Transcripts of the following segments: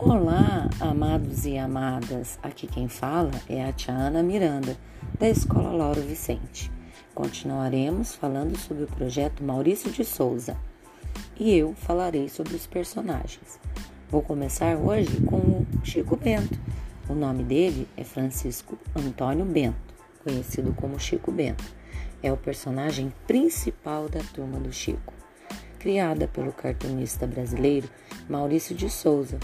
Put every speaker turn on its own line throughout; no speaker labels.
Olá, amados e amadas. Aqui quem fala é a tia Ana Miranda, da Escola Lauro Vicente. Continuaremos falando sobre o projeto Maurício de Souza e eu falarei sobre os personagens. Vou começar hoje com o Chico Bento. O nome dele é Francisco Antônio Bento, conhecido como Chico Bento. É o personagem principal da Turma do Chico, criada pelo cartunista brasileiro Maurício de Souza.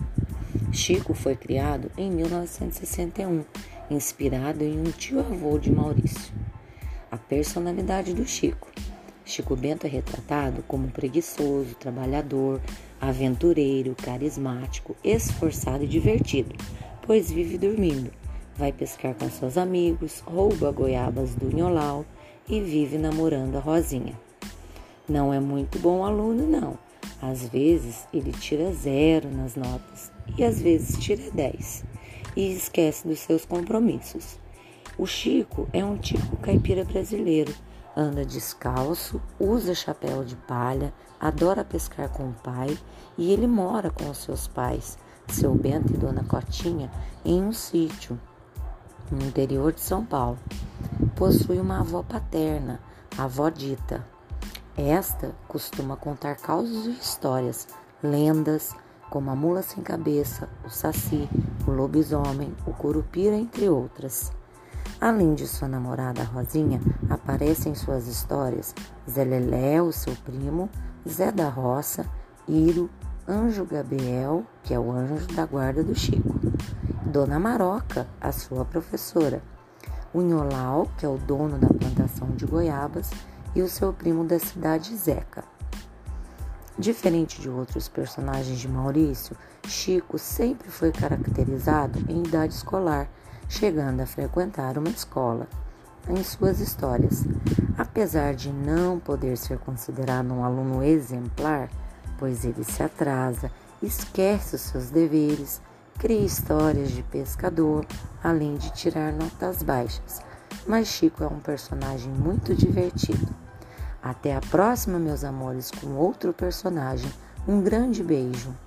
Chico foi criado em 1961, inspirado em um tio-avô de Maurício. A personalidade do Chico. Chico Bento é retratado como preguiçoso, trabalhador, aventureiro, carismático, esforçado e divertido, pois vive dormindo, vai pescar com seus amigos, rouba goiabas do Nholau e vive namorando a Rosinha. Não é muito bom aluno, não. Às vezes ele tira 0 nas notas e às vezes tira 10 e esquece dos seus compromissos. O Chico é um típico caipira brasileiro. Anda descalço, usa chapéu de palha, adora pescar com o pai e ele mora com os seus pais, seu Bento e Dona Cotinha, em um sítio no interior de São Paulo. Possui uma avó paterna, a avó Dita. Esta costuma contar causos e histórias, lendas, como a mula sem cabeça, o saci, o lobisomem, o curupira, entre outras. Além de sua namorada Rosinha, aparecem em suas histórias Zé Lelé, o seu primo, Zé da Roça, Iro, Anjo Gabriel, que é o anjo da guarda do Chico, Dona Maroca, a sua professora, o Nholau, que é o dono da plantação de goiabas, e o seu primo da cidade, Zeca. Diferente de outros personagens de Maurício, Chico sempre foi caracterizado em idade escolar, chegando a frequentar uma escola. Em suas histórias, apesar de não poder ser considerado um aluno exemplar, pois ele se atrasa, esquece os seus deveres, cria histórias de pescador, além de tirar notas baixas. Mas Chico é um personagem muito divertido. Até a próxima, meus amores, com outro personagem. Um grande beijo.